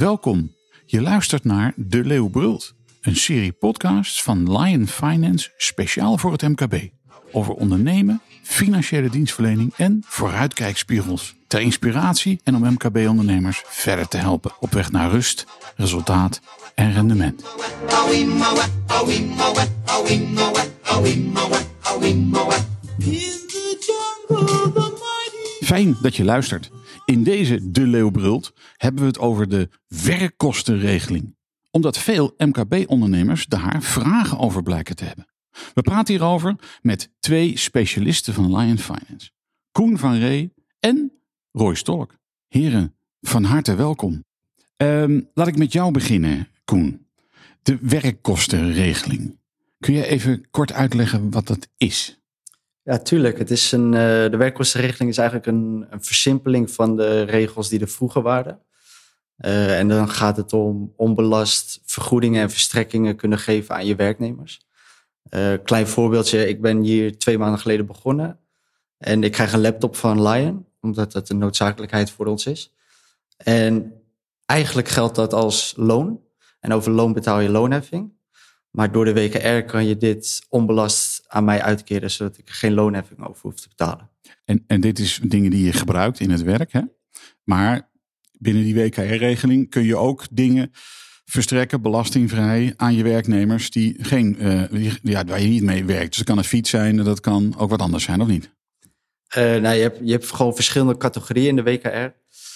Welkom. Je luistert naar De Leeuw Brult, een serie podcasts van Lion Finance speciaal voor het MKB. Over ondernemen, financiële dienstverlening en vooruitkijkspiegels. Ter inspiratie en om MKB-ondernemers verder te helpen op weg naar rust, resultaat en rendement. Fijn dat je luistert. In deze De Leeuw Brult hebben we het over de werkkostenregeling. Omdat veel MKB-ondernemers daar vragen over blijken te hebben. We praten hierover met twee specialisten van Lion Finance. Koen van Ree en Roy Stolk. Heren, van harte welkom. Laat ik met jou beginnen, Koen. De werkkostenregeling. Kun je even kort uitleggen wat dat is? Ja, tuurlijk. Het is de werkkostenregeling is eigenlijk een versimpeling van de regels die er vroeger waren. En dan gaat het om onbelast vergoedingen en verstrekkingen kunnen geven aan je werknemers. Klein voorbeeldje, ik ben hier 2 maanden geleden begonnen. En ik krijg een laptop van Lion, omdat dat een noodzakelijkheid voor ons is. En eigenlijk geldt dat als loon. En over loon betaal je loonheffing. Maar door de WKR kan je dit onbelast aan mij uitkeren, zodat ik er geen loonheffing over hoef te betalen. En dit is dingen die je gebruikt in het werk, hè? Maar binnen die WKR-regeling kun je ook dingen verstrekken, belastingvrij, aan je werknemers die waar je niet mee werkt. Dus dat kan een fiets zijn, dat kan ook wat anders zijn, of niet? Je hebt gewoon verschillende categorieën in de WKR.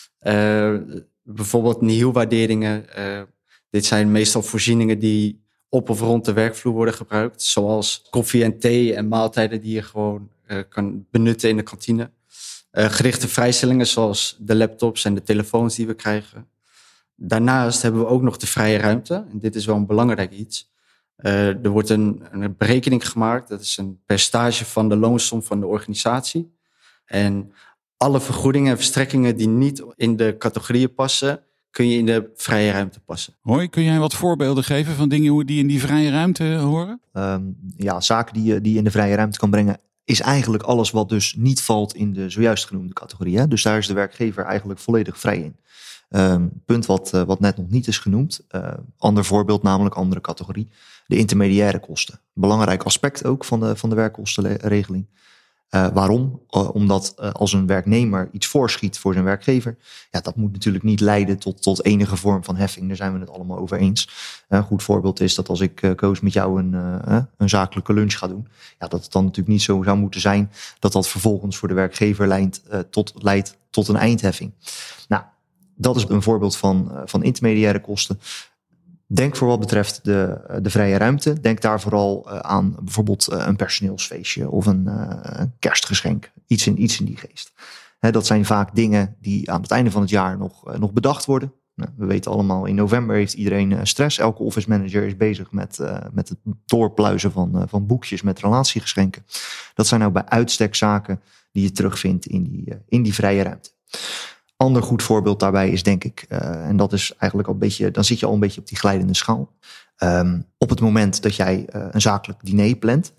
Bijvoorbeeld nihilwaarderingen. Dit zijn meestal voorzieningen die op of rond de werkvloer worden gebruikt. Zoals koffie en thee en maaltijden die je gewoon kan benutten in de kantine. Gerichte vrijstellingen zoals de laptops en de telefoons die we krijgen. Daarnaast hebben we ook nog de vrije ruimte. En dit is wel een belangrijk iets. Er wordt een berekening gemaakt. Dat is een percentage van de loonsom van de organisatie. En alle vergoedingen en verstrekkingen die niet in de categorieën passen, kun je in de vrije ruimte passen. Hoi, kun jij wat voorbeelden geven van dingen die in die vrije ruimte horen? Zaken die je in de vrije ruimte kan brengen, is eigenlijk alles wat dus niet valt in de zojuist genoemde categorie. Hè? Dus daar is de werkgever eigenlijk volledig vrij in. Punt wat net nog niet is genoemd. Ander voorbeeld, namelijk andere categorie. De intermediaire kosten. Belangrijk aspect ook van de werkkostenregeling. Waarom? Omdat als een werknemer iets voorschiet voor zijn werkgever, ja, dat moet natuurlijk niet leiden tot enige vorm van heffing. Daar zijn we het allemaal over eens. Een goed voorbeeld is dat als ik, Koos, met jou een zakelijke lunch ga doen, ja, dat het dan natuurlijk niet zo zou moeten zijn dat vervolgens voor de werkgever leidt tot een eindheffing. Nou, dat is een voorbeeld van intermediaire kosten. Denk voor wat betreft de vrije ruimte. Denk daar vooral aan bijvoorbeeld een personeelsfeestje of een kerstgeschenk. Iets in die geest. Dat zijn vaak dingen die aan het einde van het jaar nog bedacht worden. Nou, we weten allemaal, in november heeft iedereen stress. Elke office manager is bezig met het doorpluizen van boekjes met relatiegeschenken. Dat zijn nou bij uitstek zaken die je terugvindt in die vrije ruimte. Ander goed voorbeeld daarbij is, denk ik, en dat is eigenlijk al een beetje, dan zit je al een beetje op die glijdende schaal. Op het moment dat jij een zakelijk diner plant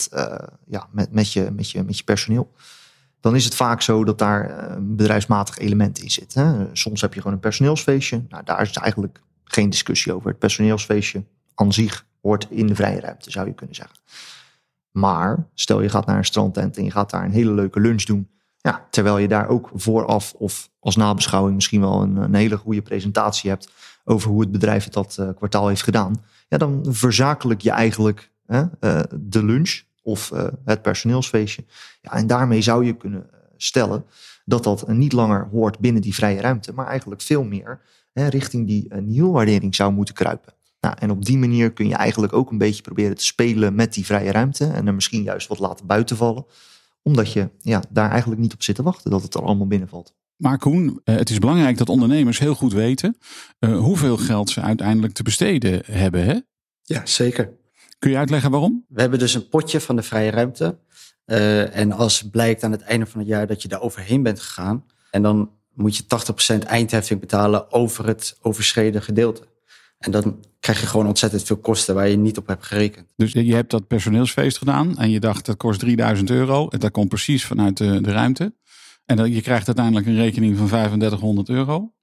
met je personeel, dan is het vaak zo dat daar een bedrijfsmatig element in zit. Hè? Soms heb je gewoon een personeelsfeestje. Nou, daar is eigenlijk geen discussie over. Het personeelsfeestje aan zich hoort in de vrije ruimte, zou je kunnen zeggen. Maar stel je gaat naar een strandtent en je gaat daar een hele leuke lunch doen. Ja, terwijl je daar ook vooraf of als nabeschouwing misschien wel een hele goede presentatie hebt over hoe het bedrijf het dat kwartaal heeft gedaan. Ja, dan verzakelijk je eigenlijk de lunch of het personeelsfeestje. Ja, en daarmee zou je kunnen stellen dat niet langer hoort binnen die vrije ruimte, maar eigenlijk veel meer richting die nihilwaardering zou moeten kruipen. Nou, en op die manier kun je eigenlijk ook een beetje proberen te spelen met die vrije ruimte en er misschien juist wat laten buitenvallen. Omdat je daar eigenlijk niet op zit te wachten dat het er allemaal binnenvalt. Maar Koen, het is belangrijk dat ondernemers heel goed weten hoeveel geld ze uiteindelijk te besteden hebben, hè? Ja, zeker. Kun je uitleggen waarom? We hebben dus een potje van de vrije ruimte. En als blijkt aan het einde van het jaar dat je daar overheen bent gegaan, en dan moet je 80% eindheffing betalen over het overschreden gedeelte. En dan krijg je gewoon ontzettend veel kosten waar je niet op hebt gerekend. Dus je hebt dat personeelsfeest gedaan en je dacht dat kost €3000. En dat komt precies vanuit de ruimte. En je krijgt uiteindelijk een rekening van €3500.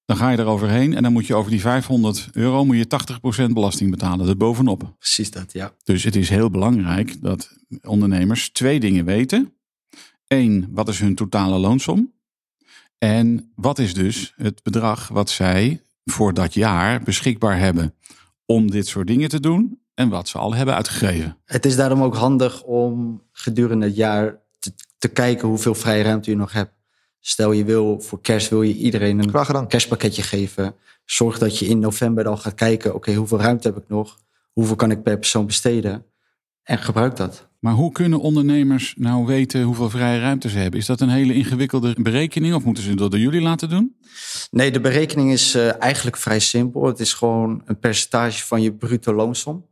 Dan ga je eroverheen en dan moet je over die €500 moet je 80% belasting betalen. Dat bovenop. Precies dat, ja. Dus het is heel belangrijk dat ondernemers 2 dingen weten. 1, wat is hun totale loonsom? En wat is dus het bedrag wat zij voor dat jaar beschikbaar hebben om dit soort dingen te doen en wat ze al hebben uitgegeven? Het is daarom ook handig om gedurende het jaar te kijken hoeveel vrije ruimte je nog hebt. Stel voor kerst wil je iedereen een kerstpakketje geven. Zorg dat je in november al gaat kijken, oké, hoeveel ruimte heb ik nog? Hoeveel kan ik per persoon besteden? En gebruik dat. Maar hoe kunnen ondernemers nou weten hoeveel vrije ruimte ze hebben? Is dat een hele ingewikkelde berekening of moeten ze dat door jullie laten doen? Nee, de berekening is eigenlijk vrij simpel. Het is gewoon een percentage van je bruto loonsom.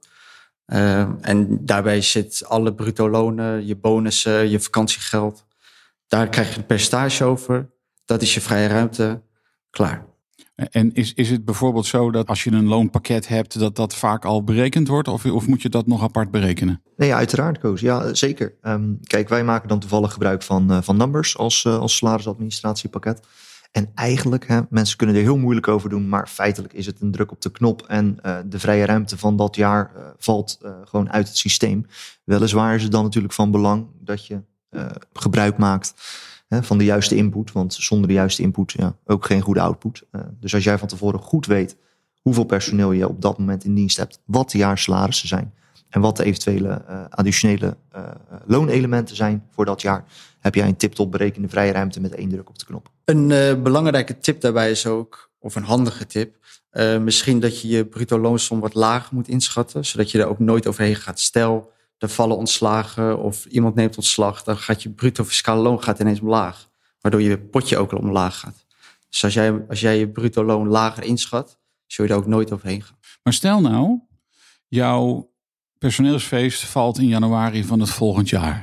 En daarbij zit alle bruto lonen, je bonussen, je vakantiegeld. Daar krijg je een percentage over. Dat is je vrije ruimte. Klaar. En is het bijvoorbeeld zo dat als je een loonpakket hebt, dat vaak al berekend wordt? Of moet je dat nog apart berekenen? Nee, uiteraard, Koos. Ja, zeker. Kijk, wij maken dan toevallig gebruik van Numbers als salarisadministratiepakket. En eigenlijk, mensen kunnen er heel moeilijk over doen, maar feitelijk is het een druk op de knop en de vrije ruimte van dat jaar valt gewoon uit het systeem. Weliswaar is het dan natuurlijk van belang dat je gebruik maakt van de juiste input, want zonder de juiste input ook geen goede output. Dus als jij van tevoren goed weet hoeveel personeel je op dat moment in dienst hebt, wat de jaarsalarissen zijn en wat de eventuele additionele loonelementen zijn voor dat jaar, heb jij een tip-top berekende vrije ruimte met 1 druk op de knop. Een belangrijke tip daarbij is ook, of een handige tip, misschien dat je je bruto loonsom wat lager moet inschatten, zodat je er ook nooit overheen gaat. Stel, er vallen ontslagen of iemand neemt ontslag, dan gaat je bruto fiscale loon ineens omlaag, waardoor je potje ook al omlaag gaat. Dus als jij je bruto loon lager inschat, zul je er ook nooit overheen gaan. Maar stel nou, jouw personeelsfeest valt in januari van het volgend jaar.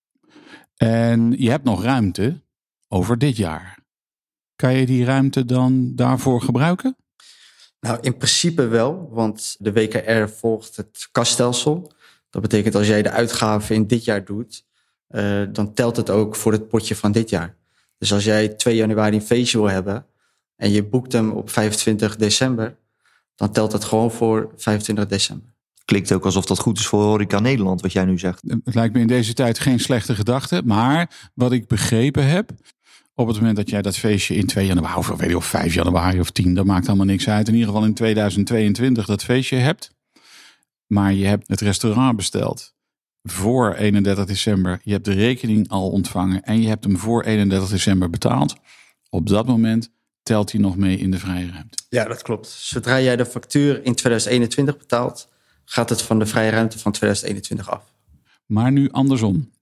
En je hebt nog ruimte over dit jaar. Kan je die ruimte dan daarvoor gebruiken? Nou, in principe wel, want de WKR volgt het kasstelsel. Dat betekent als jij de uitgaven in dit jaar doet, dan telt het ook voor het potje van dit jaar. Dus als jij 2 januari een feestje wil hebben en je boekt hem op 25 december, dan telt het gewoon voor 25 december. Klinkt ook alsof dat goed is voor Horeca Nederland, wat jij nu zegt. Het lijkt me in deze tijd geen slechte gedachte. Maar wat ik begrepen heb, op het moment dat jij dat feestje in 2 januari, of weet je, of 5 januari of 10, dat maakt allemaal niks uit. In ieder geval in 2022 dat feestje hebt. Maar je hebt het restaurant besteld voor 31 december. Je hebt de rekening al ontvangen en je hebt hem voor 31 december betaald. Op dat moment telt hij nog mee in de vrije ruimte. Ja, dat klopt. Zodra jij de factuur in 2021 betaalt, gaat het van de vrije ruimte van 2021 af. Maar nu andersom.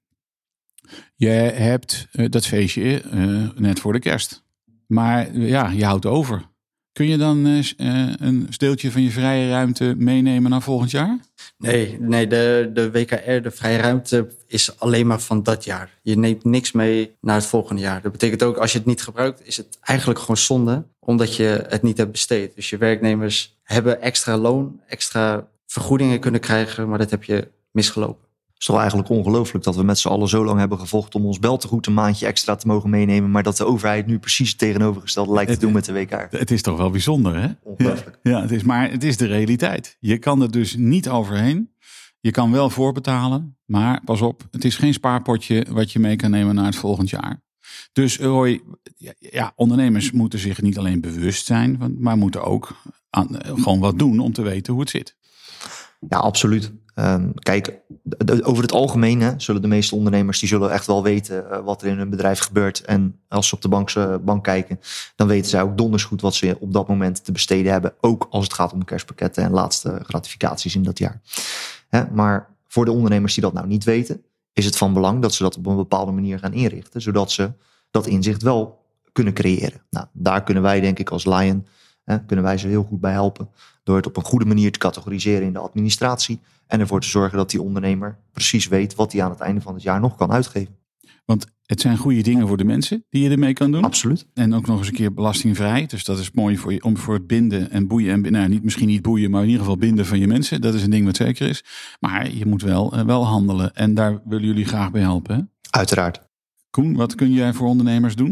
Je hebt dat feestje net voor de kerst. Maar ja, je houdt over. Kun je dan een deeltje van je vrije ruimte meenemen naar volgend jaar? Nee, de WKR, de vrije ruimte, is alleen maar van dat jaar. Je neemt niks mee naar het volgende jaar. Dat betekent ook, als je het niet gebruikt, is het eigenlijk gewoon zonde, omdat je het niet hebt besteed. Dus je werknemers hebben extra loon, extra vergoedingen kunnen krijgen, maar dat heb je misgelopen. Het is toch eigenlijk ongelooflijk dat we met z'n allen zo lang hebben gevochten om ons beltegoed een maandje extra te mogen meenemen, maar dat de overheid nu precies het tegenovergestelde lijkt te doen met de WKR. Het is toch wel bijzonder, hè? Ongelooflijk. Ja, het is de realiteit. Je kan er dus niet overheen. Je kan wel voorbetalen, maar pas op, het is geen spaarpotje wat je mee kan nemen naar het volgend jaar. Dus Roy, ondernemers moeten zich niet alleen bewust zijn, maar moeten ook gewoon wat doen om te weten hoe het zit. Ja, absoluut. Kijk, over het algemeen zullen de meeste ondernemers, die zullen echt wel weten wat er in hun bedrijf gebeurt. En als ze op de bank kijken, dan weten zij ook donders goed wat ze op dat moment te besteden hebben. Ook als het gaat om de kerstpakketten en laatste gratificaties in dat jaar. Maar voor de ondernemers die dat nou niet weten, is het van belang dat ze dat op een bepaalde manier gaan inrichten, zodat ze dat inzicht wel kunnen creëren. Nou, daar kunnen wij, denk ik, als Lion, kunnen wij ze heel goed bij helpen. Door het op een goede manier te categoriseren in de administratie. En ervoor te zorgen dat die ondernemer precies weet wat hij aan het einde van het jaar nog kan uitgeven. Want het zijn goede dingen voor de mensen die je ermee kan doen. Absoluut. En ook nog eens een keer belastingvrij. Dus dat is mooi voor je, om voor het binden en boeien. En misschien niet boeien, maar in ieder geval binden van je mensen. Dat is een ding wat zeker is. Maar je moet wel handelen. En daar willen jullie graag bij helpen. Hè? Uiteraard. Koen, wat kun jij voor ondernemers doen?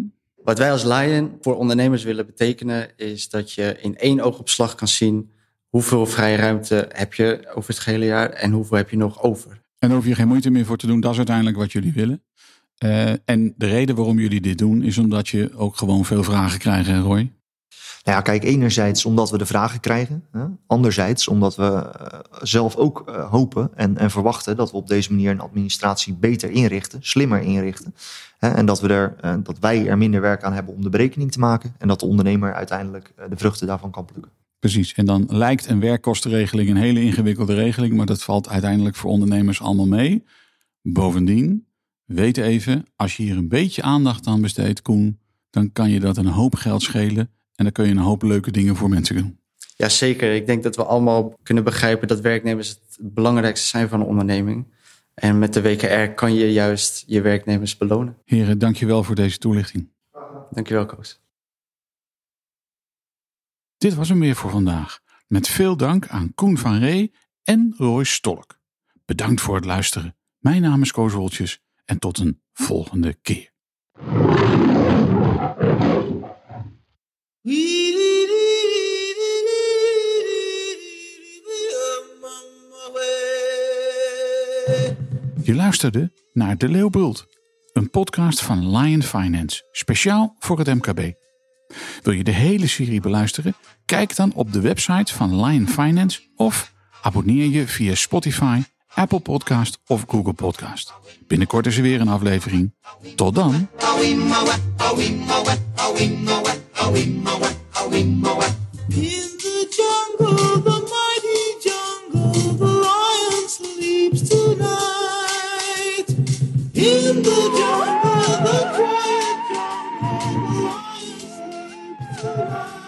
Wat wij als Lion voor ondernemers willen betekenen is dat je in 1 oogopslag kan zien hoeveel vrije ruimte heb je over het gehele jaar en hoeveel heb je nog over. En daar hoef je geen moeite meer voor te doen. Dat is uiteindelijk wat jullie willen. En de reden waarom jullie dit doen is omdat je ook gewoon veel vragen krijgt, hè Roy? Nou ja, kijk, enerzijds omdat we de vragen krijgen. Hè? Anderzijds omdat we zelf ook hopen en verwachten dat we op deze manier een administratie beter inrichten, slimmer inrichten. Hè? En dat wij er minder werk aan hebben om de berekening te maken. En dat de ondernemer uiteindelijk de vruchten daarvan kan plukken. Precies. En dan lijkt een werkkostenregeling een hele ingewikkelde regeling, maar dat valt uiteindelijk voor ondernemers allemaal mee. Bovendien, weet even, als je hier een beetje aandacht aan besteedt, Koen, dan kan je dat een hoop geld schelen. En dan kun je een hoop leuke dingen voor mensen doen. Ja, zeker. Ik denk dat we allemaal kunnen begrijpen dat werknemers het belangrijkste zijn van een onderneming. En met de WKR kan je juist je werknemers belonen. Heren, dankjewel voor deze toelichting. Dankjewel, Koos. Dit was hem weer voor vandaag. Met veel dank aan Koen van Ree en Roy Stolk. Bedankt voor het luisteren. Mijn naam is Koos Woltjes en tot een volgende keer. Je luisterde naar De Leeuw Brult, een podcast van Lion Finance, speciaal voor het MKB. Wil je de hele serie beluisteren? Kijk dan op de website van Lion Finance of abonneer je via Spotify, Apple Podcast of Google Podcast. Binnenkort is er weer een aflevering. Tot dan! In the jungle, the mighty jungle, the lion sleeps tonight. In the jungle, the quiet jungle, the lion sleeps tonight.